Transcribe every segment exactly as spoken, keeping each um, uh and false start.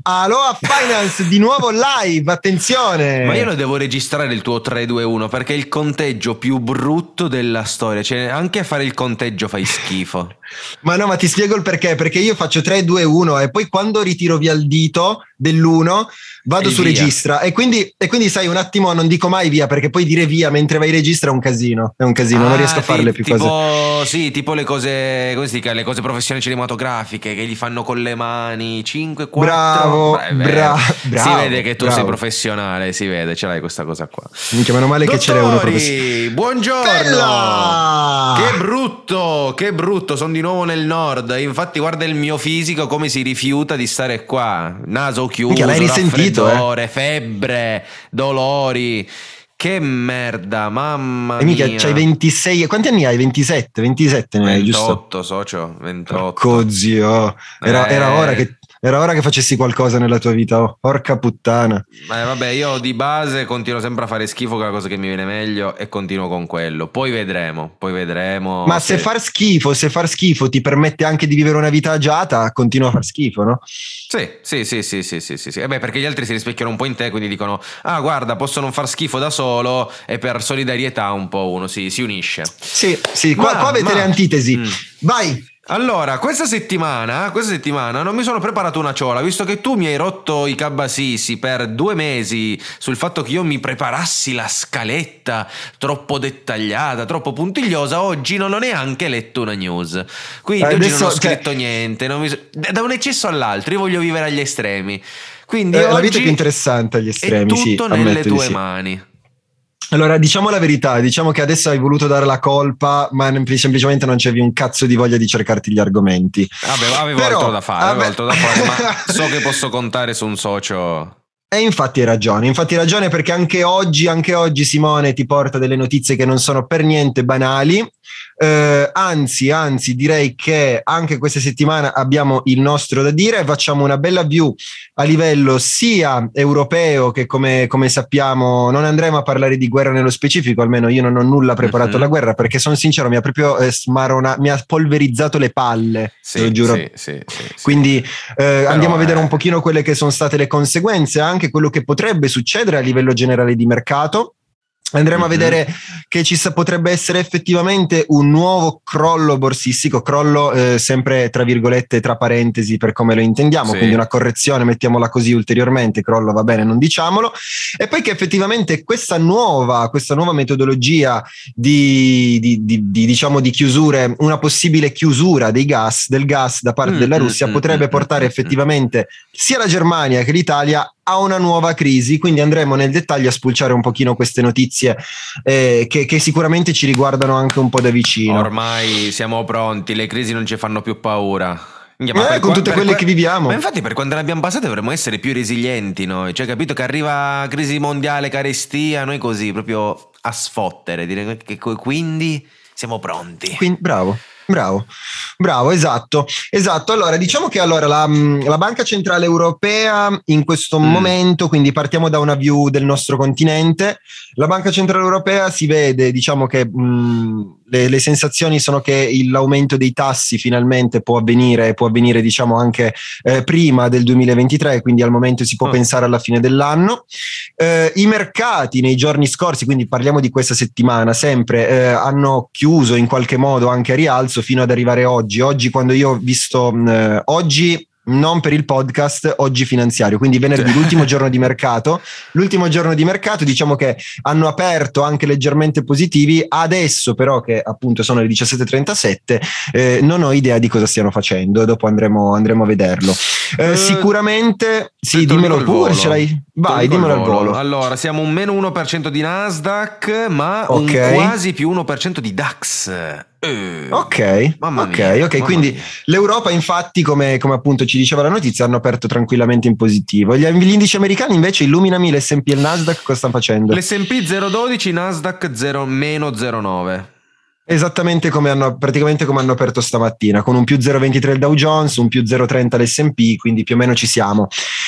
Aloha Finance di nuovo live, attenzione! Ma io lo devo registrare il tuo tre due uno perché è il conteggio più brutto della storia, cioè anche a fare il conteggio fai schifo. Ma no, ma ti spiego il perché, perché io faccio tre due uno e poi quando ritiro via il dito dell'uno vado su via. registra e quindi, e quindi sai un attimo non dico mai via perché poi dire via mentre vai registra è un casino, è un casino, ah, non riesco a farle ti, più tipo, cose. Sì, tipo le cose, come si chiama, le cose professioni cinematografiche che gli fanno con le mani, cinque, quattro. Bravo, Beh, bra- bravo. Si vede che tu bravo. sei professionale, si vede, ce l'hai questa cosa qua. Minchia, meno male Dottori, che ce n'è uno professionale. Buongiorno! Bella! Che brutto, che brutto, sono di nuovo nel nord. Infatti guarda il mio fisico come si rifiuta di stare qua. Naso chiuso, Minchia, l'hai risentito, raffreddore, eh? febbre, dolori. Che merda, mamma E mica mia. c'hai ventisei, quanti anni hai? ventisette, ventisette ne hai, giusto? ventotto, socio, ventotto. Porco zio, era, Eh. era ora che... Era ora che facessi qualcosa nella tua vita, oh, porca puttana. Eh, vabbè, io di base continuo sempre a fare schifo, che è la cosa che mi viene meglio, e continuo con quello. Poi vedremo, poi vedremo. Ma se... se far schifo, se far schifo ti permette anche di vivere una vita agiata, continua a far schifo, no? Sì, sì, sì, sì, sì, sì, sì, sì. E beh, perché gli altri si rispecchiano un po' in te, quindi dicono, ah, guarda, posso non far schifo da solo, e per solidarietà un po' uno si, si unisce. Sì, sì, qua, Ma, qua avete ma... le antitesi. Mm. Vai! Allora, questa settimana, questa settimana non mi sono preparato una ciola, visto che tu mi hai rotto i cabasisi per due mesi sul fatto che io mi preparassi la scaletta troppo dettagliata, troppo puntigliosa. Oggi non ho neanche letto una news, quindi Adesso, oggi non ho scritto cioè, niente, non mi... da un eccesso all'altro, io voglio vivere agli estremi, quindi eh, oggi la vita è più interessante agli estremi, è tutto sì, nelle ammetto tue di sì. mani. Allora, diciamo la verità, diciamo che adesso hai voluto dare la colpa, ma semplicemente non c'avevi un cazzo di voglia di cercarti gli argomenti. Avevo, avevo Però, altro da fare, avevo vabbè... altro da fare, ma so che posso contare su un socio. E infatti hai ragione, infatti hai ragione perché anche oggi, anche oggi Simone ti porta delle notizie che non sono per niente banali, eh, anzi, anzi direi che anche questa settimana abbiamo il nostro da dire, facciamo una bella view a livello sia europeo che come, come sappiamo non andremo a parlare di guerra nello specifico, almeno io non ho nulla preparato Mm-hmm. alla guerra perché sono sincero mi ha proprio eh, smarona, mi ha polverizzato le palle, Sì, te lo giuro. sì, sì, sì, Quindi eh, Però, andiamo a vedere eh... un pochino quelle che sono state le conseguenze, anche quello che potrebbe succedere a livello generale di mercato. Andremo mm-hmm. a vedere che ci sa, potrebbe essere effettivamente un nuovo crollo borsistico, crollo eh, sempre tra virgolette, tra parentesi per come lo intendiamo, sì. Quindi una correzione, mettiamola così ulteriormente, crollo va bene, non diciamolo, e poi che effettivamente questa nuova, questa nuova metodologia di, di, di, di diciamo di chiusure, una possibile chiusura dei gas, del gas da parte mm, della Russia mm, potrebbe mm, portare mm, effettivamente sia la Germania che l'Italia a una nuova crisi, quindi andremo nel dettaglio a spulciare un pochino queste notizie eh, che, che sicuramente ci riguardano anche un po' da vicino. Ormai siamo pronti, le crisi non ci fanno più paura. Ma eh, con qua, tutte quelle que- che viviamo. Ma infatti per quando ne abbiamo passate dovremmo essere più resilienti noi, cioè capito che arriva crisi mondiale, carestia, noi così proprio a sfottere, dire che quindi siamo pronti. Quindi, bravo. Bravo, bravo, esatto, esatto. Allora, diciamo che allora la, la Banca Centrale Europea in questo mm. momento, quindi partiamo da una view del nostro continente, la Banca Centrale Europea si vede, diciamo che mh, le, le sensazioni sono che il, l'aumento dei tassi finalmente può avvenire, può avvenire diciamo anche eh, prima del duemilaventitré, quindi al momento si può oh. pensare alla fine dell'anno. Eh, I mercati nei giorni scorsi, quindi parliamo di questa settimana sempre, eh, hanno chiuso in qualche modo anche a rialzo fino ad arrivare oggi. Oggi quando io ho visto eh, oggi non per il podcast, oggi finanziario, quindi venerdì, l'ultimo giorno di mercato, l'ultimo giorno di mercato diciamo che hanno aperto anche leggermente positivi, adesso però che appunto sono le diciassette e trentasette eh, non ho idea di cosa stiano facendo, dopo andremo, andremo a vederlo. Eh, eh, sicuramente, sì, dimmelo pure, ce l'hai? Vai, dimmelo al volo. Allora, siamo un meno uno per cento di Nasdaq, ma okay. un quasi più uno per cento di Dax. Uh, ok, mamma ok, mia, ok. Quindi mia. l'Europa, infatti, come, come appunto ci diceva la notizia, hanno aperto tranquillamente in positivo. Gli, gli indici americani, invece, illuminami l'S and P e il Nasdaq, cosa stanno facendo? L'S and P zero virgola dodici, Nasdaq zero, meno zero virgola nove. Esattamente come hanno, praticamente come hanno aperto stamattina, con un più zero virgola ventitré il Dow Jones, un più zero virgola trenta l'S and P, quindi più o meno ci siamo.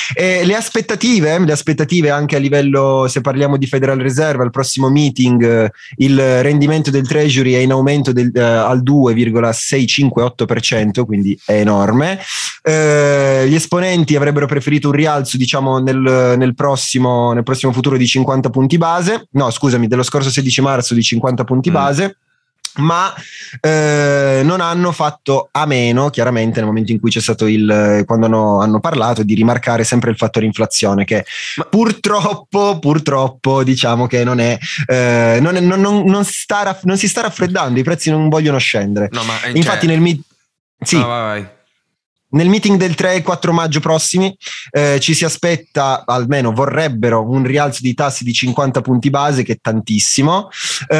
E le aspettative, le aspettative anche a livello, se parliamo di Federal Reserve, al prossimo meeting il rendimento del Treasury è in aumento del, uh, al due virgola seicentocinquantotto per cento, quindi è enorme. Uh, gli esponenti avrebbero preferito un rialzo, diciamo, nel, nel, prossimo, nel prossimo futuro di cinquanta punti base, no scusami, dello scorso sedici marzo di cinquanta punti mm. base, ma eh, non hanno fatto a meno, chiaramente, nel momento in cui c'è stato il, quando hanno, hanno parlato, di rimarcare sempre il fattore inflazione, che ma purtroppo purtroppo diciamo che non è, eh, non, è non, non, non, sta, non si sta raffreddando, i prezzi non vogliono scendere. No, ma infatti cioè... nel sì. No, vai, vai. Nel meeting del tre e quattro maggio prossimi eh, ci si aspetta, almeno vorrebbero, un rialzo di tassi di cinquanta punti base, che è tantissimo.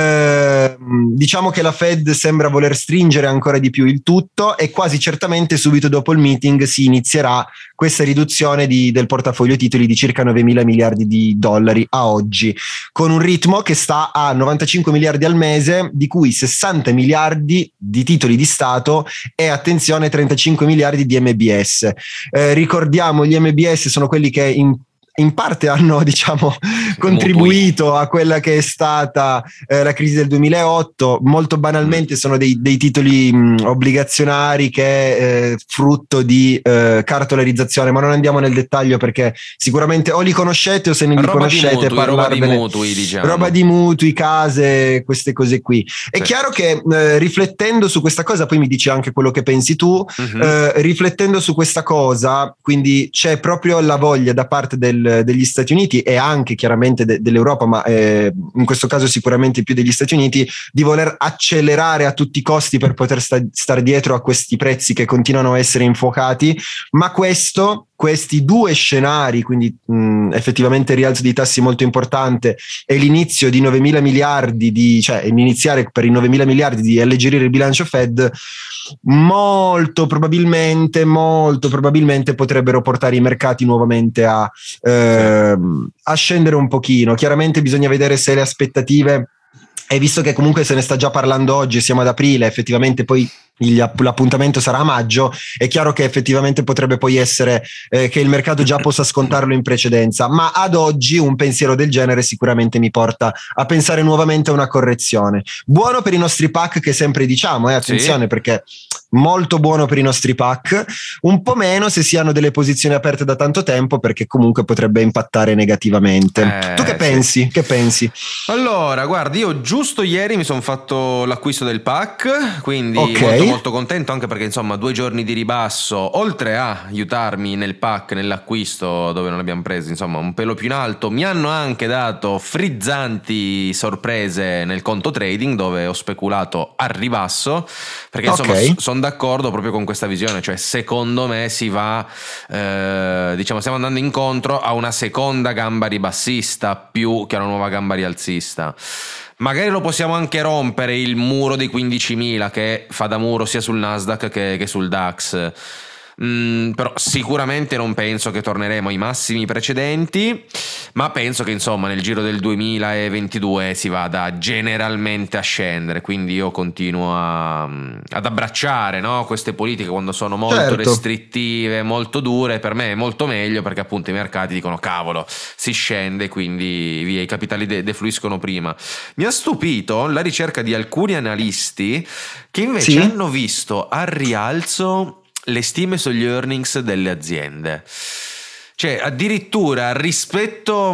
Eh, diciamo che la Fed sembra voler stringere ancora di più il tutto, e quasi certamente subito dopo il meeting si inizierà questa riduzione di, del portafoglio titoli di circa novemila miliardi di dollari a oggi, con un ritmo che sta a novantacinque miliardi al mese, di cui sessanta miliardi di titoli di Stato e, attenzione, trentacinque miliardi di M B S. Eh, ricordiamo, gli M B S sono quelli che in in parte hanno, diciamo, contribuito a quella che è stata eh, la crisi del duemilaotto. Molto banalmente sono dei, dei titoli mh, obbligazionari che è eh, frutto di eh, cartolarizzazione, ma non andiamo nel dettaglio perché sicuramente o li conoscete o se non li roba conoscete di mutui, roba di parlarvene. mutui, diciamo. Roba di mutui, case, queste cose qui. È sì. chiaro che eh, riflettendo su questa cosa, poi mi dici anche quello che pensi tu, uh-huh. eh, riflettendo su questa cosa, quindi c'è proprio la voglia da parte del degli Stati Uniti e anche chiaramente de- dell'Europa, ma eh, in questo caso sicuramente più degli Stati Uniti, di voler accelerare a tutti i costi per poter sta- stare dietro a questi prezzi che continuano a essere infuocati. Ma questo, questi due scenari, quindi mh, effettivamente il rialzo di tassi molto importante e l'inizio di novemila miliardi di, cioè iniziare per i novemila miliardi di alleggerire il bilancio Fed, molto probabilmente molto probabilmente potrebbero portare i mercati nuovamente a, eh, a scendere un pochino. Chiaramente bisogna vedere se le aspettative, e visto che comunque se ne sta già parlando oggi, siamo ad aprile, effettivamente poi l'appuntamento sarà a maggio, è chiaro che effettivamente potrebbe poi essere eh, che il mercato già possa scontarlo in precedenza, ma ad oggi un pensiero del genere sicuramente mi porta a pensare nuovamente a una correzione. Buono per i nostri pack, che sempre diciamo, eh, attenzione, sì. Perché molto buono per i nostri pack, un po' meno se si hanno delle posizioni aperte da tanto tempo, perché comunque potrebbe impattare negativamente. Eh, tu che pensi? Sì. Che pensi? Allora, guardi, io giusto ieri mi sono fatto l'acquisto del pack, quindi okay. molto molto contento, anche perché insomma due giorni di ribasso, oltre a aiutarmi nel pack, nell'acquisto dove non abbiamo preso insomma un pelo più in alto, mi hanno anche dato frizzanti sorprese nel conto trading, dove ho speculato a ribasso, perché insomma okay. sono d'accordo proprio con questa visione, cioè secondo me si va eh, diciamo stiamo andando incontro a una seconda gamba ribassista più che a una nuova gamba rialzista. Magari lo possiamo anche rompere il muro dei quindicimila, che fa da muro sia sul Nasdaq che, che sul DAX. Mm, però sicuramente non penso che torneremo ai massimi precedenti, ma penso che insomma nel giro del duemilaventidue si vada generalmente a scendere, quindi io continuo a, ad abbracciare, no, queste politiche quando sono molto certo. restrittive, molto dure. Per me è molto meglio, perché appunto i mercati dicono cavolo, si scende, quindi via, i capitali de- defluiscono prima. Mi ha stupito la ricerca di alcuni analisti che invece sì. hanno visto al rialzo le stime sugli earnings delle aziende, cioè addirittura rispetto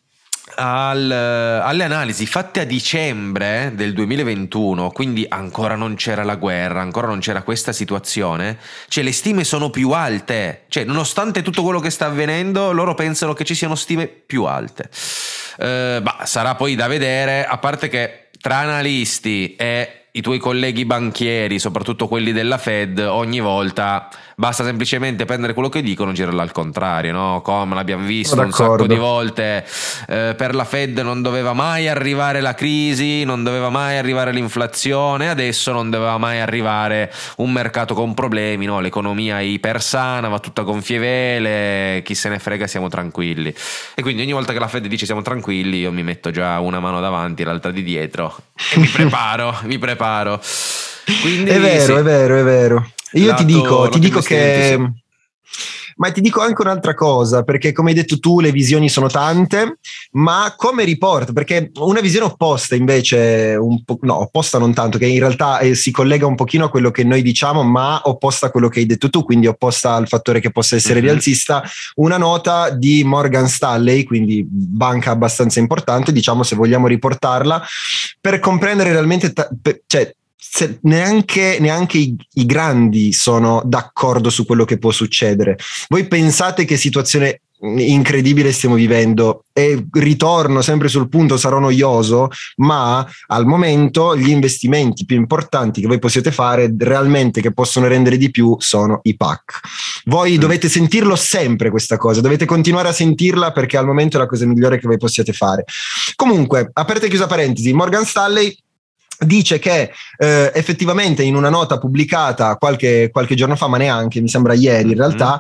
al, alle analisi fatte a dicembre del duemilaventuno, quindi ancora non c'era la guerra, ancora non c'era questa situazione, cioè le stime sono più alte, cioè nonostante tutto quello che sta avvenendo loro pensano che ci siano stime più alte. Eh, bah, sarà poi da vedere, a parte che tra analisti e i tuoi colleghi banchieri, soprattutto quelli della Fed, ogni volta basta semplicemente prendere quello che dicono e girarlo al contrario, no? Come l'abbiamo visto un sacco di volte, eh, per la Fed non doveva mai arrivare la crisi, non doveva mai arrivare l'inflazione, adesso non doveva mai arrivare un mercato con problemi, no? L'economia è ipersana, va tutta gonfie vele, chi se ne frega, siamo tranquilli. E quindi ogni volta che la Fed dice siamo tranquilli, io mi metto già una mano davanti e l'altra di dietro e mi preparo, mi preparo. Quindi, è vero, sì. è vero, è vero. Io lato, ti dico, ti dico che Ma ti dico anche un'altra cosa, perché come hai detto tu le visioni sono tante, ma come riporta, perché una visione opposta invece, un po', no, opposta non tanto, che in realtà eh, si collega un pochino a quello che noi diciamo, ma opposta a quello che hai detto tu, quindi opposta al fattore che possa essere mm-hmm. rialzista, una nota di Morgan Stanley, quindi banca abbastanza importante, diciamo, se vogliamo riportarla, per comprendere realmente, ta- per, cioè se neanche, neanche i, i grandi sono d'accordo su quello che può succedere. Voi pensate che situazione incredibile stiamo vivendo, e ritorno sempre sul punto, sarò noioso, ma al momento gli investimenti più importanti che voi possiate fare realmente, che possono rendere di più, sono i P A C. Voi mm. dovete sentirlo sempre questa cosa, dovete continuare a sentirla, perché al momento è la cosa migliore che voi possiate fare. Comunque, aperta e chiusa parentesi, Morgan Stanley dice che eh, effettivamente in una nota pubblicata qualche, qualche giorno fa, ma neanche, mi sembra ieri in realtà,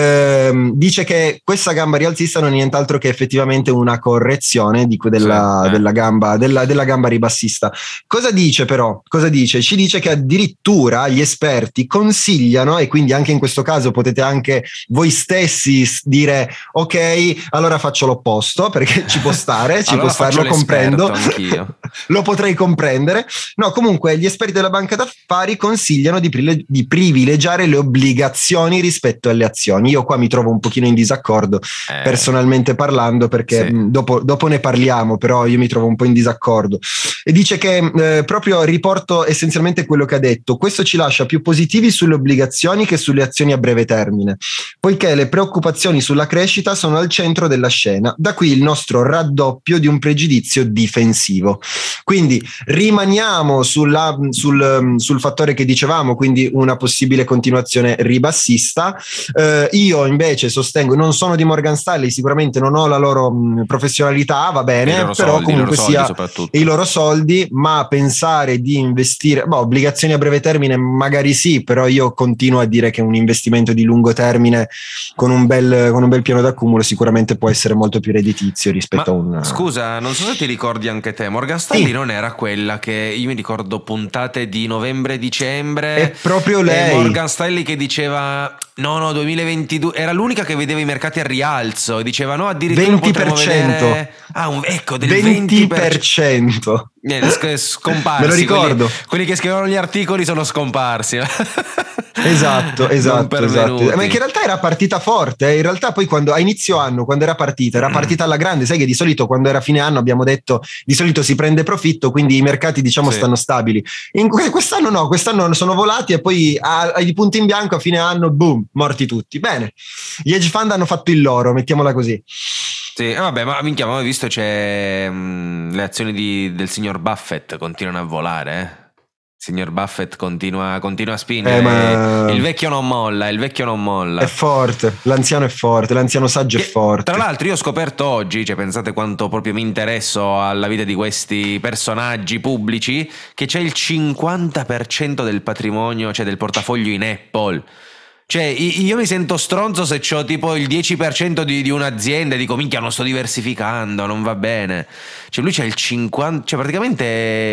ehm, dice che questa gamba rialzista non è nient'altro che effettivamente una correzione di, della, sì, eh. della, gamba, della, della gamba ribassista. Cosa dice però? Cosa dice? Ci dice che addirittura gli esperti consigliano, e quindi anche in questo caso potete anche voi stessi dire ok, allora faccio l'opposto, perché ci può stare, ci allora può stare, lo comprendo, anch'io. Lo potrei comprendere. No, comunque gli esperti della banca d'affari consigliano di, pri- di privilegiare le obbligazioni rispetto alle azioni. Io qua mi trovo un pochino in disaccordo, eh, personalmente parlando, perché sì. mh, dopo, dopo ne parliamo, però io mi trovo un po' in disaccordo. E dice che eh, proprio riporto essenzialmente quello che ha detto: questo ci lascia più positivi sulle obbligazioni che sulle azioni a breve termine, poiché le preoccupazioni sulla crescita sono al centro della scena. Da qui il nostro raddoppio di un pregiudizio difensivo. Quindi rimaniamo sulla, sul, sul fattore che dicevamo, quindi una possibile continuazione ribassista. Eh, io invece sostengo, non sono di Morgan Stanley, sicuramente non ho la loro mh, professionalità, va bene, però soldi, comunque sia i loro soldi, ma pensare di investire, boh, obbligazioni a breve termine magari sì, però io continuo a dire che un investimento di lungo termine con un bel, con un bel piano d'accumulo sicuramente può essere molto più redditizio rispetto ma, a un... Scusa, non so se ti ricordi anche te, Morgan Stanley sì. non era quella che io mi ricordo puntate di novembre-dicembre, è proprio lei, Morgan Stanley, che diceva no no duemilaventidù, era l'unica che vedeva i mercati a rialzo e diceva no, addirittura venti per cento potremmo vedere ah, un, ecco del venti per cento eh, scomparsi. Me lo ricordo, quelli, quelli che scrivevano gli articoli sono scomparsi. Esatto, esatto, esatto. Ma che in realtà era partita forte, eh. In realtà poi quando a inizio anno, quando era partita, era partita alla grande. Sai che di solito quando era fine anno abbiamo detto di solito si prende profitto, quindi i mercati diciamo sì. stanno stabili. In quest'anno no, quest'anno sono volati e poi ai punti in bianco a fine anno, boom, morti tutti. Bene, gli hedge fund hanno fatto il loro, mettiamola così. Sì, vabbè, ma minchia, ma visto c'è mh, le azioni di, del signor Buffett continuano a volare, eh? Signor Buffett continua, continua a spingere, eh, ma... il vecchio non molla, il vecchio non molla. È forte, l'anziano è forte, l'anziano saggio che, è forte. Tra l'altro io ho scoperto oggi, cioè pensate quanto proprio mi interesso alla vita di questi personaggi pubblici, che c'è il cinquanta per cento del patrimonio, cioè del portafoglio in Apple. Cioè io mi sento stronzo se c'ho tipo il dieci per cento di, di un'azienda e dico minchia non sto diversificando, non va bene. Cioè lui c'ha il cinquanta, cioè praticamente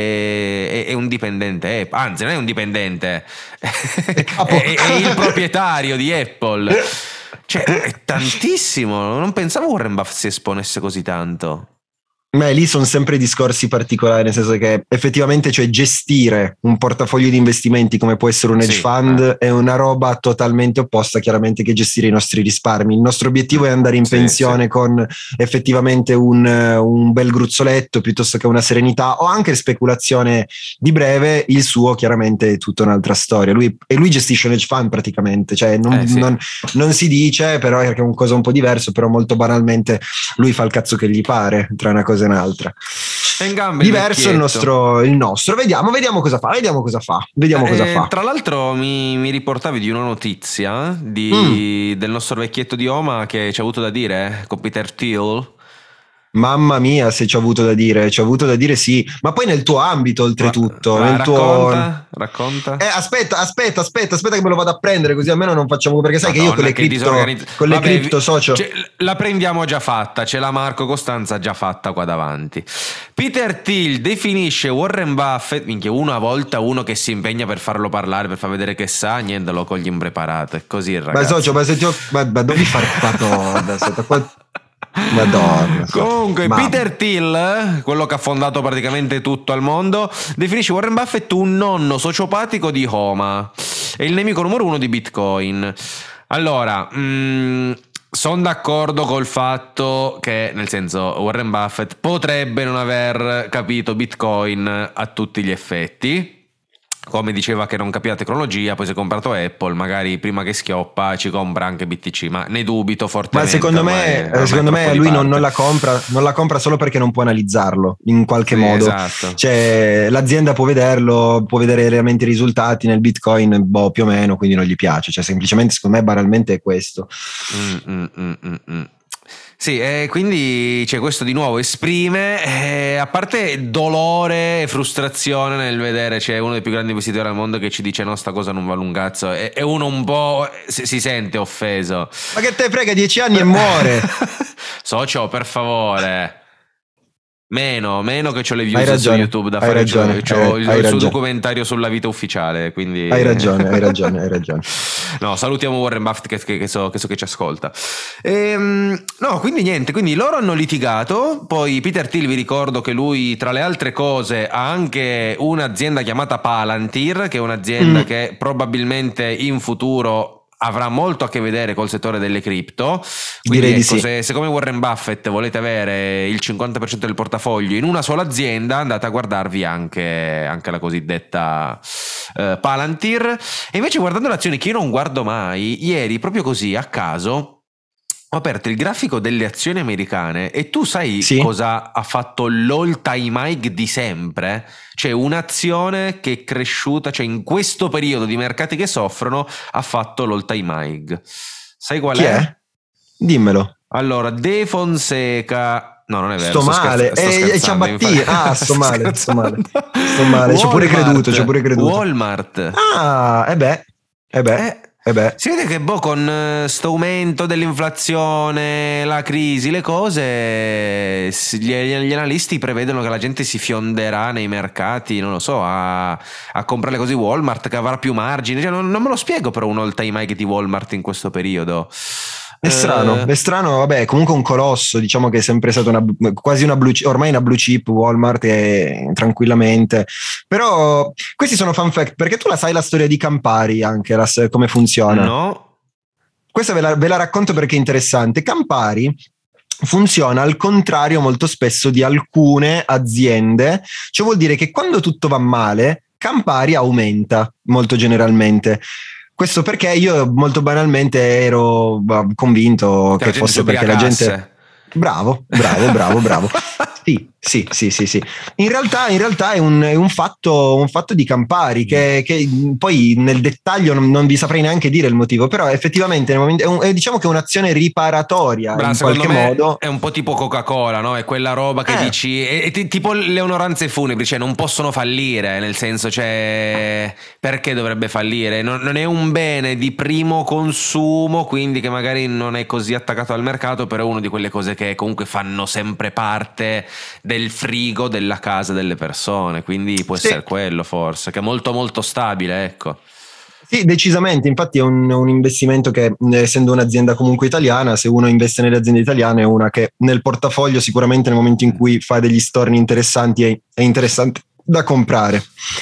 è, è un dipendente, è, anzi non è un dipendente, è, è, è il proprietario di Apple. Cioè è tantissimo, non pensavo Warren Buffett si esponesse così tanto. Beh, lì sono sempre discorsi particolari, nel senso che effettivamente, cioè, gestire un portafoglio di investimenti come può essere un hedge sì, fund eh. è una roba totalmente opposta chiaramente che gestire i nostri risparmi. Il nostro obiettivo è andare in sì, pensione sì. con effettivamente un, un bel gruzzoletto piuttosto che una serenità o anche speculazione di breve. Il suo chiaramente è tutta un'altra storia. Lui, e lui gestisce un hedge fund praticamente, cioè non, eh, sì. non, non si dice, però è un cosa un po' diverso, però molto banalmente lui fa il cazzo che gli pare tra una cosa e un'altra. Diverso il, il nostro il nostro vediamo vediamo cosa fa vediamo cosa fa vediamo eh, cosa fa tra l'altro mi, mi riportavi di una notizia di, mm. del nostro vecchietto di Oma che ci ha avuto da dire eh, con Peter Thiel, Mamma mia, se ci ho avuto da dire, ci ho avuto da dire sì, ma poi nel tuo ambito oltretutto. Va, va, nel racconta, tuo... racconta. Eh, aspetta, aspetta, aspetta, aspetta che me lo vado a prendere così almeno non facciamo, perché sai Madonna, che io con le che cripto, disorganizz- con le Vabbè, cripto socio. cioè, la prendiamo già fatta, ce l'ha Marco Costanza già fatta qua davanti. Peter Thiel definisce Warren Buffett, minchia, una volta uno che si impegna per farlo parlare, per far vedere che sa, niente, lo cogli impreparato, è così il ragazzo. Ma socio, ma se ti ho... ma, ma devi far Madonna, sotto qua... Madonna. Comunque, Mamma. Peter Thiel, quello che ha fondato praticamente tutto al mondo, definisce Warren Buffett un nonno sociopatico di Homa e il nemico numero uno di Bitcoin. Allora, sono d'accordo col fatto che, nel senso, Warren Buffett potrebbe non aver capito Bitcoin a tutti gli effetti. Come diceva che non capiva la tecnologia, poi si è comprato Apple, magari prima che schioppa ci compra anche B T C, ma ne dubito fortemente. Ma secondo me, ormai, secondo me lui non, non la compra, non la compra solo perché non può analizzarlo in qualche sì, modo. Esatto. Cioè, l'azienda può vederlo, può vedere realmente i risultati nel Bitcoin, boh, più o meno, quindi non gli piace. Cioè, semplicemente, secondo me, banalmente è questo. Mm, mm, mm, mm, mm. Sì, e quindi c'è questo di nuovo esprime, eh, a parte dolore e frustrazione nel vedere c'è uno dei più grandi investitori al mondo che ci dice no, sta cosa non vale un cazzo, e, e uno un po' si, si sente offeso. Ma che te frega, dieci anni e muore. Socio, per favore. Meno, meno che c'ho le views ragione, su YouTube da hai fare, ragione, c'ho, hai, c'ho il, hai il suo ragione. documentario sulla vita ufficiale, quindi... Hai ragione, hai ragione, hai ragione. No, salutiamo Warren Buffett che, che, che, so, che so che ci ascolta. Ehm, no, quindi niente, quindi loro hanno litigato, poi Peter Thiel vi ricordo che lui tra le altre cose ha anche un'azienda chiamata Palantir, che è un'azienda mm. che probabilmente in futuro avrà molto a che vedere col settore delle cripto. Quindi Direi ecco, di sì. se, se come Warren Buffett volete avere il cinquanta per cento del portafoglio in una sola azienda, andate a guardarvi anche, anche la cosiddetta uh, Palantir. E invece, guardando le azioni che io non guardo mai, ieri proprio così a caso ho aperto il grafico delle azioni americane e tu sai sì. cosa ha fatto l'all time high di sempre? Cioè un'azione che è cresciuta, cioè in questo periodo di mercati che soffrono ha fatto l'all time high. Sai qual Chi è? è? Dimmelo. Allora, De Fonseca... No, non è vero. Sto male, e ci abbatti. Ah, sto male, sto male. Sto male, ci ho pure creduto, ci ho pure creduto. Walmart. Ah, e eh beh, e eh beh. Eh. Eh beh. Si vede che boh, con sto aumento dell'inflazione, la crisi, le cose, gli, gli analisti prevedono che la gente si fionderà nei mercati, non lo so, a, a comprare così Walmart, che avrà più margini. Cioè, non, non me lo spiego per un all time high di Walmart in questo periodo. È strano, è strano, vabbè, comunque un colosso, diciamo che è sempre stata una, quasi una blue, ormai una blue chip Walmart è, tranquillamente, però questi sono fun fact, perché tu la sai la storia di Campari anche, la, come funziona? No. Questa ve la, ve la racconto perché è interessante. Campari funziona al contrario molto spesso di alcune aziende, cioè vuol dire che quando tutto va male, Campari aumenta molto generalmente. Questo perché io molto banalmente ero convinto che, che fosse perché la gente... Bravo, bravo, bravo, bravo. Sì, sì, sì, sì, sì. In realtà, in realtà è, un, è un, fatto, un fatto di Campari che, che poi nel dettaglio non, non vi saprei neanche dire il motivo, però effettivamente nel momento, è, un, è diciamo che è un'azione riparatoria. Bra, in qualche modo è un po' tipo Coca-Cola, no? È quella roba che eh. dici è, è tipo le onoranze funebri, cioè non possono fallire, nel senso, cioè perché dovrebbe fallire? Non, non è un bene di primo consumo, quindi che magari non è così attaccato al mercato, però è una di quelle cose che comunque fanno sempre parte del frigo della casa delle persone, quindi può sì. essere quello forse, che è molto molto stabile, ecco. Sì, decisamente, infatti è un, un investimento che, essendo un'azienda comunque italiana, se uno investe nelle aziende italiane è una che nel portafoglio sicuramente nel momento in cui fa degli storni interessanti è, è interessante da comprare.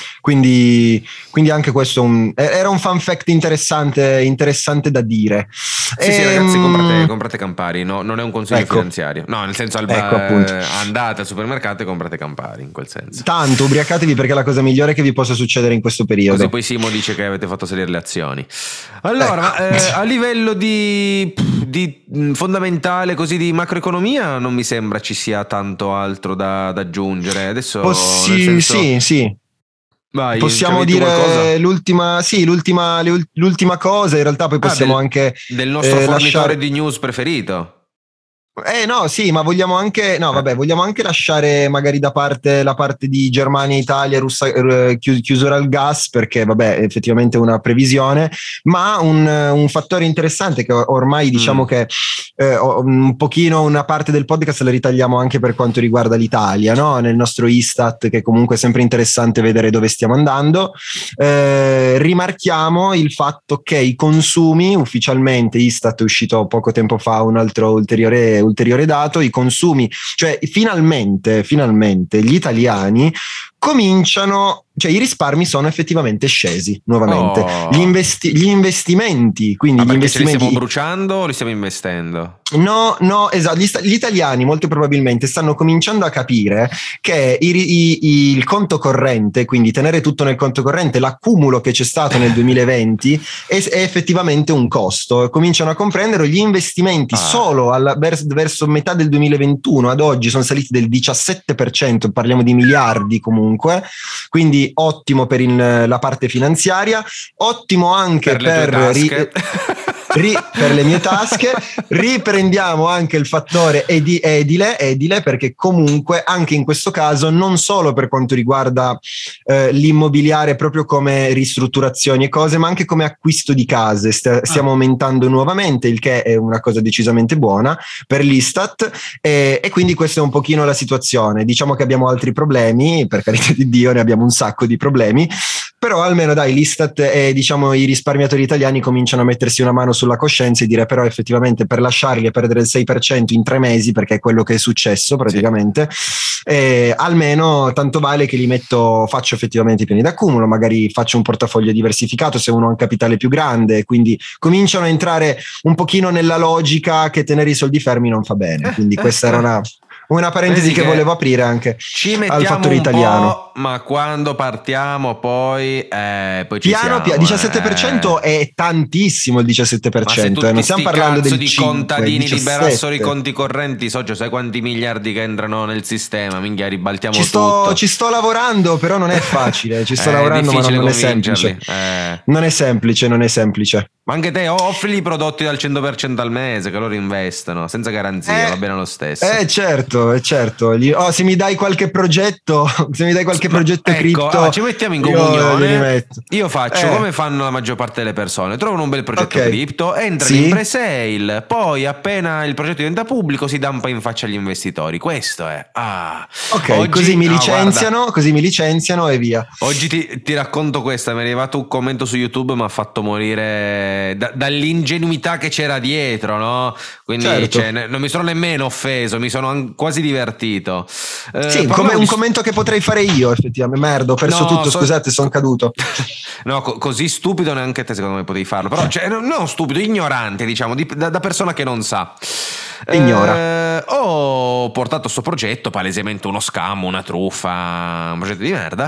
Quindi, quindi anche questo un, era un fun fact interessante, interessante da dire. Sì, e, sì, ragazzi, comprate, comprate Campari, no? Non è un consiglio ecco. finanziario. No, nel senso, al ecco, eh, andate al supermercato e comprate Campari, in quel senso. Tanto, ubriacatevi perché è la cosa migliore che vi possa succedere in questo periodo. Così poi Simo dice che avete fatto salire le azioni. Allora, ecco. eh, a livello di, di fondamentale, così di macroeconomia, non mi sembra ci sia tanto altro da, da aggiungere. Adesso, Possi- nel senso, sì, sì. Vai, possiamo dire l'ultima, sì, l'ultima, l'ultima cosa, in realtà poi possiamo ah, del, anche del nostro eh, fornitore lasciare... di news preferito. Eh no, sì, ma vogliamo anche, no, vabbè, vogliamo anche lasciare magari da parte la parte di Germania, Italia, Russia, eh, chius- chiusura al gas, perché vabbè, effettivamente è una previsione, ma un, un fattore interessante che ormai diciamo Mm. che eh, un pochino una parte del podcast la ritagliamo anche per quanto riguarda l'Italia, no? Nel nostro Istat, che comunque è sempre interessante vedere dove stiamo andando. Eh, rimarchiamo il fatto che i consumi, ufficialmente Istat è uscito poco tempo fa un altro ulteriore ulteriore dato, i consumi, cioè finalmente, finalmente gli italiani cominciano, cioè i risparmi sono effettivamente scesi nuovamente. Oh. Gli, investi- gli investimenti, quindi Ma gli perché ce li investimenti... stiamo bruciando o li stiamo investendo? No, no, esatto. Gli, sta- gli italiani molto probabilmente stanno cominciando a capire che i- i- il conto corrente, quindi tenere tutto nel conto corrente, l'accumulo che c'è stato nel duemilaventi è, è effettivamente un costo. Cominciano a comprendere gli investimenti Ah. solo alla- vers- verso metà del duemilaventuno ad oggi sono saliti del diciassette per cento, parliamo di miliardi comunque, quindi ottimo per il- la parte finanziaria, ottimo anche Per le per... tue ri- tasche. Ri- per le mie tasche. Riprendiamo anche il fattore edi- edile, edile perché comunque anche in questo caso non solo per quanto riguarda eh, l'immobiliare proprio come ristrutturazioni e cose, ma anche come acquisto di case St- stiamo Ah. aumentando nuovamente, il che è una cosa decisamente buona per l'Istat, e, e quindi questa è un pochino la situazione. Diciamo che abbiamo altri problemi, per carità di Dio ne abbiamo un sacco di problemi, però almeno dai, l'Istat e diciamo i risparmiatori italiani cominciano a mettersi una mano sulla coscienza e dire però effettivamente per lasciarli e perdere il sei per cento in tre mesi, perché è quello che è successo praticamente, sì. eh, almeno tanto vale che li metto, faccio effettivamente i piani d'accumulo, magari faccio un portafoglio diversificato se uno ha un capitale più grande, quindi cominciano a entrare un pochino nella logica che tenere i soldi fermi non fa bene, quindi questa era una... Una parentesi che, che volevo aprire anche ci mettiamo al fattore un italiano. Po', ma quando partiamo poi, eh, poi ci piano siamo, piano, diciassette per cento eh. è tantissimo il diciassette per cento, Ma se tutti eh, non stiamo sti parlando cazzo del di cinque, contadini diciassette. liberassero i conti correnti, Socio, sai quanti miliardi che entrano nel sistema? Minchia, ribaltiamo ci sto, tutto. ci sto lavorando, però non è facile, ci sto eh, lavorando, ma non, non è convincerli. semplice. Eh. Non è semplice, non è semplice. Ma anche te offrigli prodotti dal cento per cento al mese che loro investono senza garanzia, eh, va bene lo stesso. Eh certo, eh, certo. Gli, oh, se mi dai qualche progetto, se mi dai qualche Ma, progetto ecco, cripto, allora, ci mettiamo in comunione. Io, io faccio eh. come fanno la maggior parte delle persone: trovano un bel progetto okay. cripto, entrano sì. in pre-sale, poi appena il progetto diventa pubblico si dampa in faccia agli investitori. Questo è ah. ok, oggi, così mi licenziano, no, così mi licenziano e via. Oggi ti, ti racconto questa. Mi è arrivato un commento su YouTube, mi ha fatto morire da, dall'ingenuità che c'era dietro, no? Quindi certo. cioè, non mi sono nemmeno offeso, mi sono quasi divertito. Eh, sì, come un di... commento che potrei fare io, effettivamente. Merda, ho perso no, tutto, so... scusate, sono caduto. No, co- così stupido neanche te secondo me potevi farlo. Però, cioè, non stupido, ignorante, diciamo, di, da, da persona che non sa. Ignora. Eh, ho portato sto progetto, palesemente uno scam, una truffa, un progetto di merda.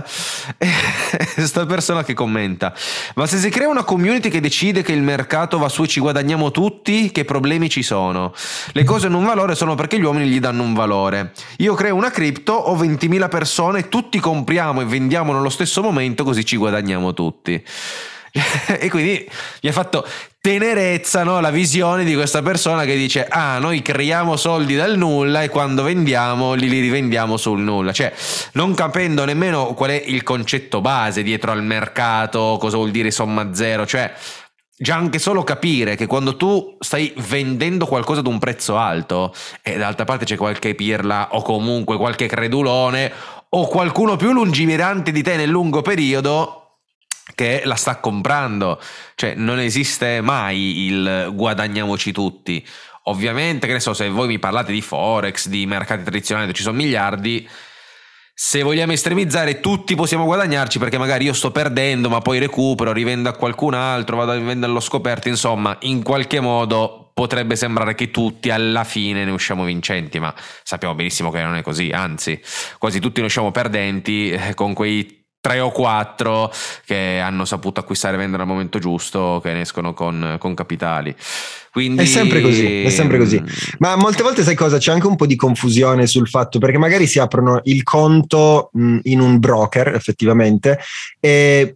E sta persona che commenta: ma se si crea una community che decide che il mercato va su e ci guadagniamo tutti, che problemi ci sono? Le cose hanno un valore solo perché gli uomini gli danno un valore. Io creo una cripto, ho ventimila persone, tutti compriamo e vendiamo nello stesso momento, così ci guadagniamo tutti. E quindi mi ha fatto tenerezza, no? La visione di questa persona che dice: ah, noi creiamo soldi dal nulla e quando vendiamo li, li rivendiamo sul nulla, cioè non capendo nemmeno qual è il concetto base dietro al mercato, cosa vuol dire somma zero, cioè già anche solo capire che quando tu stai vendendo qualcosa ad un prezzo alto e d'altra parte c'è qualche pirla o comunque qualche credulone o qualcuno più lungimirante di te nel lungo periodo che la sta comprando, cioè non esiste mai il guadagniamoci tutti. Ovviamente, che ne so, se voi mi parlate di forex, di mercati tradizionali dove ci sono miliardi, se vogliamo estremizzare tutti possiamo guadagnarci, perché magari io sto perdendo ma poi recupero, rivendo a qualcun altro, vado a vendere allo scoperto, insomma in qualche modo potrebbe sembrare che tutti alla fine ne usciamo vincenti, ma sappiamo benissimo che non è così, anzi quasi tutti ne usciamo perdenti, eh, con quei tre o quattro che hanno saputo acquistare e vendere al momento giusto, che ne escono con, con capitali. Quindi... È sempre così, è sempre così. Ma molte volte sai cosa? C'è anche un po' di confusione sul fatto, perché magari si aprono il conto mh, in un broker effettivamente e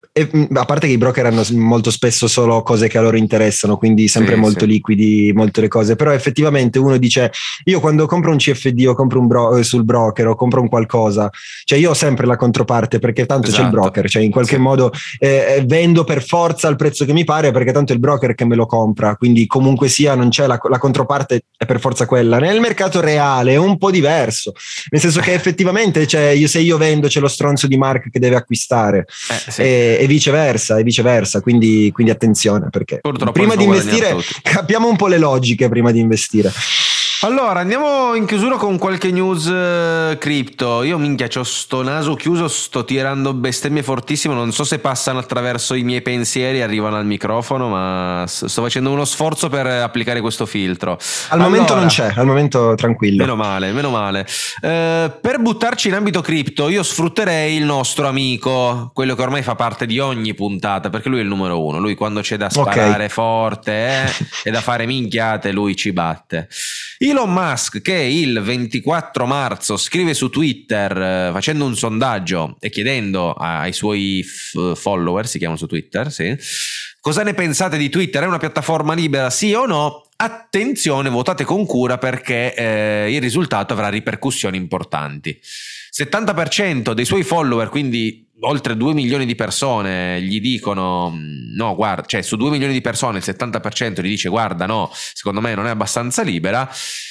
e, a parte che i broker hanno molto spesso solo cose che a loro interessano, quindi sempre sì, molto sì. liquidi, molte le cose, però effettivamente uno dice, io quando compro un C F D o compro un bro- sul broker o compro un qualcosa, cioè io ho sempre la controparte perché tanto esatto. c'è il broker, cioè in qualche sì. modo eh, vendo per forza al prezzo che mi pare perché tanto è il broker che me lo compra, quindi comunque sia non c'è la, la controparte, è per forza quella. Nel mercato reale è un po' diverso, nel senso che effettivamente cioè, io, se io vendo c'è lo stronzo di Mark che deve acquistare eh, sì. e, e viceversa e viceversa, quindi, quindi attenzione, perché purtroppo prima di investire capiamo un po' le logiche prima di investire. Allora, andiamo in chiusura con qualche news uh, cripto. Io minchia, c'ho sto naso chiuso, sto tirando bestemmie fortissimo, non so se passano attraverso i miei pensieri, arrivano al microfono, ma sto facendo uno sforzo per applicare questo filtro. Al allora, momento non c'è, al momento tranquillo. Meno male, meno male. Uh, per buttarci in ambito cripto, io sfrutterei il nostro amico, quello che ormai fa parte di ogni puntata, perché lui è il numero uno. Lui quando c'è da sparare okay. forte eh, e da fare minchiate, lui ci batte. Elon Musk, che il ventiquattro marzo scrive su Twitter eh, facendo un sondaggio e chiedendo ai suoi f- follower, si chiamano su Twitter, sì, cosa ne pensate di Twitter? È una piattaforma libera, sì o no? Attenzione, votate con cura perché eh, il risultato avrà ripercussioni importanti. settanta per cento dei suoi follower, quindi oltre due milioni di persone, gli dicono no, guarda, cioè su due milioni di persone il settanta per cento gli dice guarda no, secondo me non è abbastanza libera.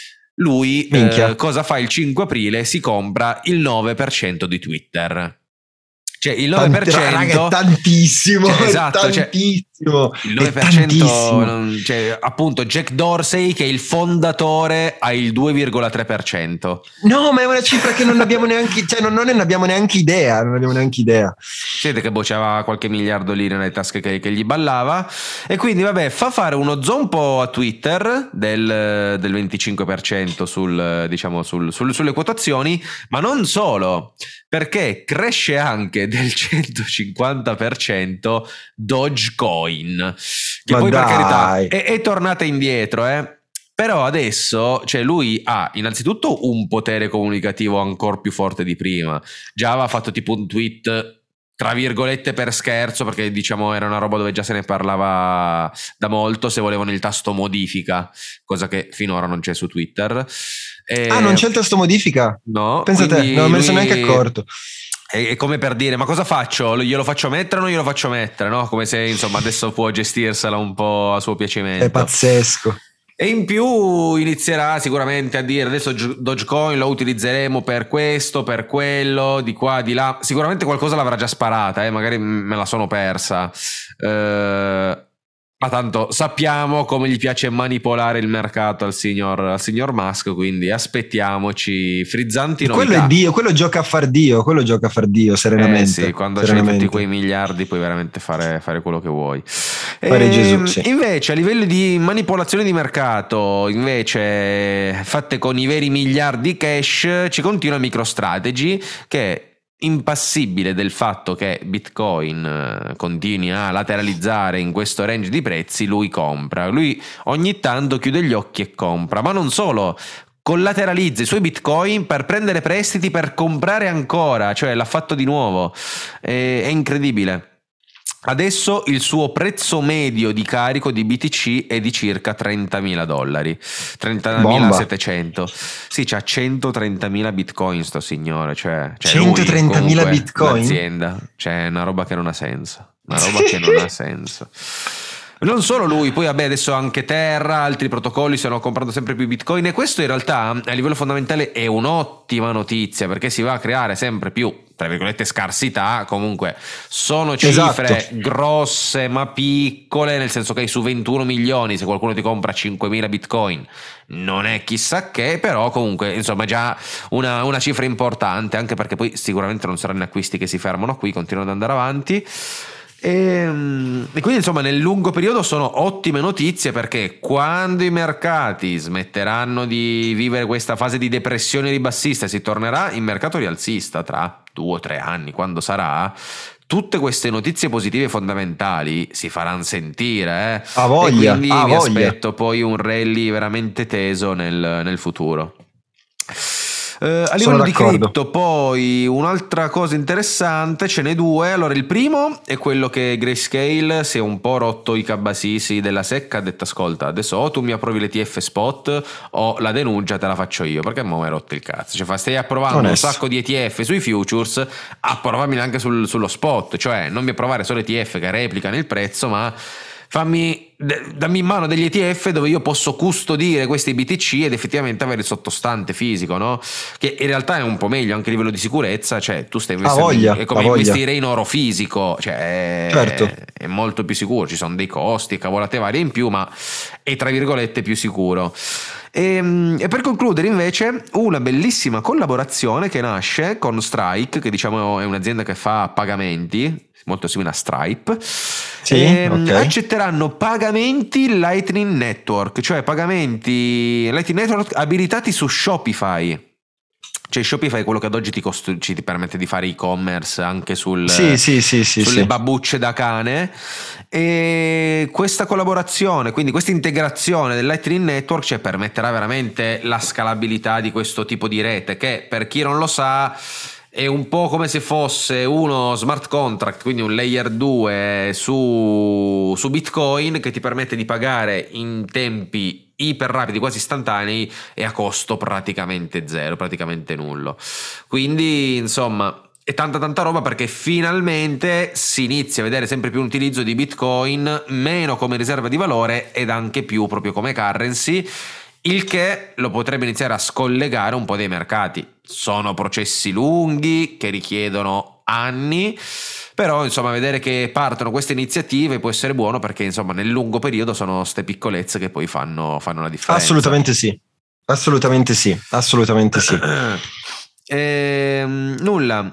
Lui eh, cosa fa il cinque aprile? Si compra il nove per cento di Twitter. Cioè il nove per cento raga, è tantissimo, cioè, esatto, è tantissimo. Cioè, il nove per cento non, cioè, appunto Jack Dorsey, che è il fondatore, ha il due virgola tre per cento. No, ma è una cifra che non abbiamo neanche, cioè non, non ne abbiamo neanche idea, non abbiamo neanche idea. Siete che bocciava qualche miliardo lì nelle tasche che, che gli ballava, e quindi vabbè, fa fare uno zompo a Twitter del, del venticinque per cento sul, diciamo, sul, sul, sulle quotazioni, ma non solo, perché cresce anche del centocinquanta per cento Dogecoin, che ma poi dai. per carità è, è tornata indietro, eh. Però adesso, cioè lui ha innanzitutto un potere comunicativo ancora più forte di prima. Già aveva fatto tipo un tweet tra virgolette per scherzo, perché diciamo era una roba dove già se ne parlava da molto, se volevano il tasto modifica, cosa che finora non c'è su Twitter. E... ah, non c'è il tasto modifica? No. Pensate, non me ne sono neanche accorto. È come per dire, ma cosa faccio? Glielo faccio mettere o non glielo faccio mettere, no? Come se insomma adesso può gestirsela un po' a suo piacimento. È pazzesco. E in più inizierà sicuramente a dire adesso Dogecoin lo utilizzeremo per questo, per quello, di qua, di là. Sicuramente qualcosa l'avrà già sparata, eh? Magari me la sono persa. Eh... Ma tanto sappiamo come gli piace manipolare il mercato al signor, al signor Musk, quindi aspettiamoci frizzanti novità. Quello è Dio, quello gioca a far Dio, quello gioca a far Dio serenamente. Eh sì, quando c'hai tutti quei miliardi puoi veramente fare, fare quello che vuoi. Fare e, Gesù, sì. Invece a livello di manipolazione di mercato, invece fatte con i veri miliardi cash, ci continua MicroStrategy, che impassibile del fatto che Bitcoin continui a lateralizzare in questo range di prezzi. Lui compra, lui ogni tanto chiude gli occhi e compra, ma non solo, collateralizza i suoi Bitcoin per prendere prestiti per comprare ancora, cioè l'ha fatto di nuovo. È, è incredibile. Adesso il suo prezzo medio di carico di B T C è di circa trentamila dollari, trentamilasettecento. Sì, c'ha centotrentamila bitcoin sto signore, cioè, cioè centotrentamila bitcoin? L'azienda, cioè una roba che non ha senso, una roba che non ha senso. Non solo lui, poi vabbè adesso anche Terra, altri protocolli stanno comprando sempre più Bitcoin, e questo in realtà a livello fondamentale è un'ottima notizia, perché si va a creare sempre più, tra virgolette, scarsità. Comunque sono cifre esatto. grosse ma piccole, nel senso che su ventuno milioni, se qualcuno ti compra cinquemila Bitcoin non è chissà che, però comunque insomma è già una, una cifra importante, anche perché poi sicuramente non saranno acquisti che si fermano qui, continuano ad andare avanti. E, e quindi insomma nel lungo periodo sono ottime notizie, perché quando i mercati smetteranno di vivere questa fase di depressione ribassista e si tornerà in mercato rialzista tra due o tre anni, quando sarà, tutte queste notizie positive fondamentali si faranno sentire, eh? A voglia, e quindi a mi voglia. aspetto poi un rally veramente teso nel, nel futuro. Uh, a livello di cripto, poi un'altra cosa interessante, ce n'è due. Allora, il primo è quello che Grayscale si è un po' rotto i cabasisi della S E C, ha detto ascolta, adesso o tu mi approvi l'E T F spot o la denuncia te la faccio io, perché mo' mi hai rotto il cazzo. Cioè, stai approvando Onesto. un sacco di E T F sui futures, approvameli anche sul, sullo spot, cioè non mi approvare solo E T F che replicano il prezzo, ma fammi, dammi in mano degli E T F dove io posso custodire questi B T C ed effettivamente avere il sottostante fisico, no? Che in realtà è un po' meglio anche a livello di sicurezza, cioè tu stai investendo, voglia, è come investire in oro fisico, cioè è, certo. è molto più sicuro, ci sono dei costi, cavolate varie in più, ma è tra virgolette più sicuro. E, e per concludere invece una bellissima collaborazione che nasce con Strike, che diciamo è un'azienda che fa pagamenti molto simile a Stripe. Sì, e, okay. Accetteranno pagamenti Lightning Network, cioè pagamenti Lightning Network abilitati su Shopify. Cioè Shopify è quello che ad oggi ti, costu- ci ti permette di fare e-commerce anche sul, sì, sì, sì, sì, sulle sì. babbucce da cane, e questa collaborazione, quindi questa integrazione del Lightning Network, cioè, permetterà veramente la scalabilità di questo tipo di rete, che per chi non lo sa è un po' come se fosse uno smart contract, quindi un layer due su, su Bitcoin, che ti permette di pagare in tempi iper rapidi, quasi istantanei, e a costo praticamente zero, praticamente nullo. Quindi insomma è tanta tanta roba, perché finalmente si inizia a vedere sempre più un utilizzo di Bitcoin, meno come riserva di valore ed anche più proprio come currency, il che lo potrebbe iniziare a scollegare un po' dai mercati. Sono processi lunghi che richiedono anni, però insomma vedere che partono queste iniziative può essere buono, perché insomma nel lungo periodo sono ste piccolezze che poi fanno, fanno la differenza. Assolutamente sì, assolutamente sì, assolutamente sì. Eh, nulla,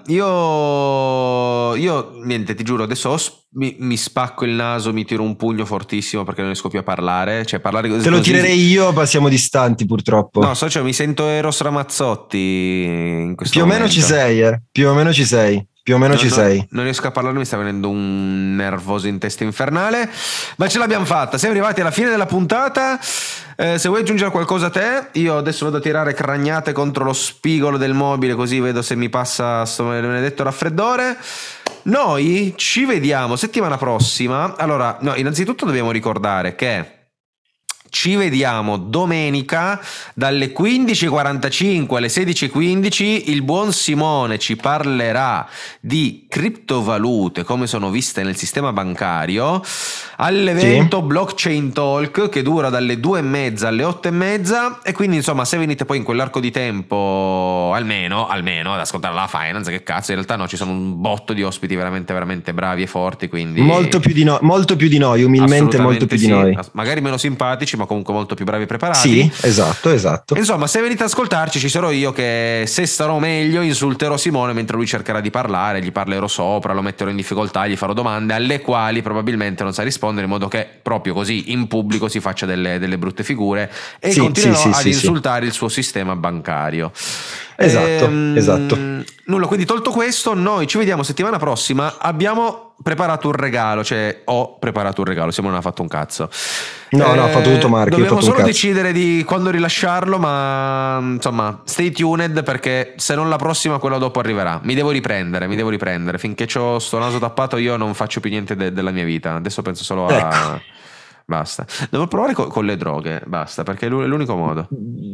io, io niente, ti giuro, adesso o sp- mi, mi spacco il naso, mi tiro un pugno fortissimo perché non riesco più a parlare, cioè parlare così. Te lo così, tirerei io, ma siamo distanti purtroppo. No, so, cioè, mi sento Eros Ramazzotti in questo più o momento. meno ci sei, eh? Più o meno ci sei. Più o meno no, ci no, sei. Non riesco a parlare, mi sta venendo un nervoso in testa infernale, ma ce l'abbiamo fatta, siamo arrivati alla fine della puntata. Eh, se vuoi aggiungere qualcosa a te, io adesso vado a tirare cragnate contro lo spigolo del mobile, così vedo se mi passa sto benedetto raffreddore. Noi ci vediamo settimana prossima. Allora, no, innanzitutto dobbiamo ricordare che ci vediamo domenica dalle quindici e quarantacinque alle sedici e quindici. Il buon Simone ci parlerà di criptovalute, come sono viste nel sistema bancario, all'evento sì. Blockchain Talk, che dura dalle due e mezza alle otto e mezza. E quindi insomma, se venite poi in quell'arco di tempo almeno almeno ad ascoltare la finance, che cazzo, in realtà no, ci sono un botto di ospiti veramente veramente bravi e forti, quindi molto più di noi, molto più di noi, umilmente molto più sì. di noi, magari meno simpatici, ma comunque molto più bravi e preparati. Sì, esatto, esatto. Insomma, se venite ad ascoltarci, ci sarò io che, se starò meglio, insulterò Simone mentre lui cercherà di parlare, gli parlerò sopra, lo metterò in difficoltà, gli farò domande alle quali probabilmente non sa rispondere, in modo che proprio così in pubblico si faccia delle, delle brutte figure, e sì, continuerò sì, sì, ad sì, insultare sì. il suo sistema bancario. Esatto, ehm, esatto. Nulla, quindi tolto questo, noi ci vediamo settimana prossima. Abbiamo preparato un regalo, cioè ho preparato un regalo, Simone non ha fatto un cazzo. No, eh, no, ha fatto tutto Marco. Dobbiamo solo decidere di quando rilasciarlo, ma insomma, stay tuned, perché se non la prossima, quella dopo arriverà. Mi devo riprendere, mi devo riprendere. Finché c'ho sto naso tappato, io non faccio più niente de- della mia vita. Adesso penso solo a... Ecco. Basta. Devo provare co- con le droghe, basta, perché è l'unico modo.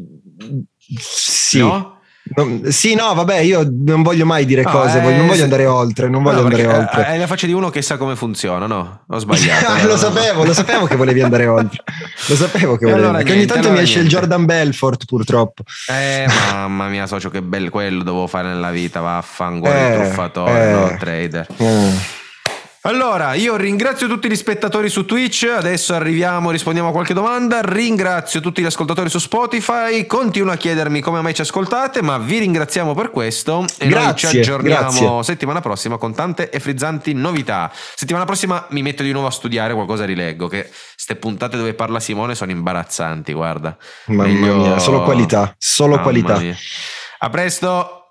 Sì. No? No, sì, no, vabbè, io non voglio mai dire no, cose, eh, non voglio se... andare oltre, non voglio no, andare oltre. Hai la faccia di uno che sa come funziona, no? Ho sbagliato. no, lo no, sapevo, no. lo sapevo che volevi andare oltre. Lo sapevo che volevi. Allora, che ogni tanto allora mi esce niente. il Jordan Belfort, purtroppo. Eh, mamma mia, socio, che bello, quello dovevo fare nella vita, vaffanculo, eh, il truffatore, eh, no, trader. Eh. Allora, io ringrazio tutti gli spettatori su Twitch, adesso arriviamo, rispondiamo a qualche domanda, ringrazio tutti gli ascoltatori su Spotify, continuo a chiedermi come mai ci ascoltate, ma vi ringraziamo per questo e grazie, noi ci aggiorniamo grazie. settimana prossima con tante e frizzanti novità. Settimana prossima mi metto di nuovo a studiare, qualcosa rileggo, che ste puntate dove parla Simone sono imbarazzanti, guarda. Mamma Meglio... mia, solo qualità, solo Mamma qualità. Mia. A presto!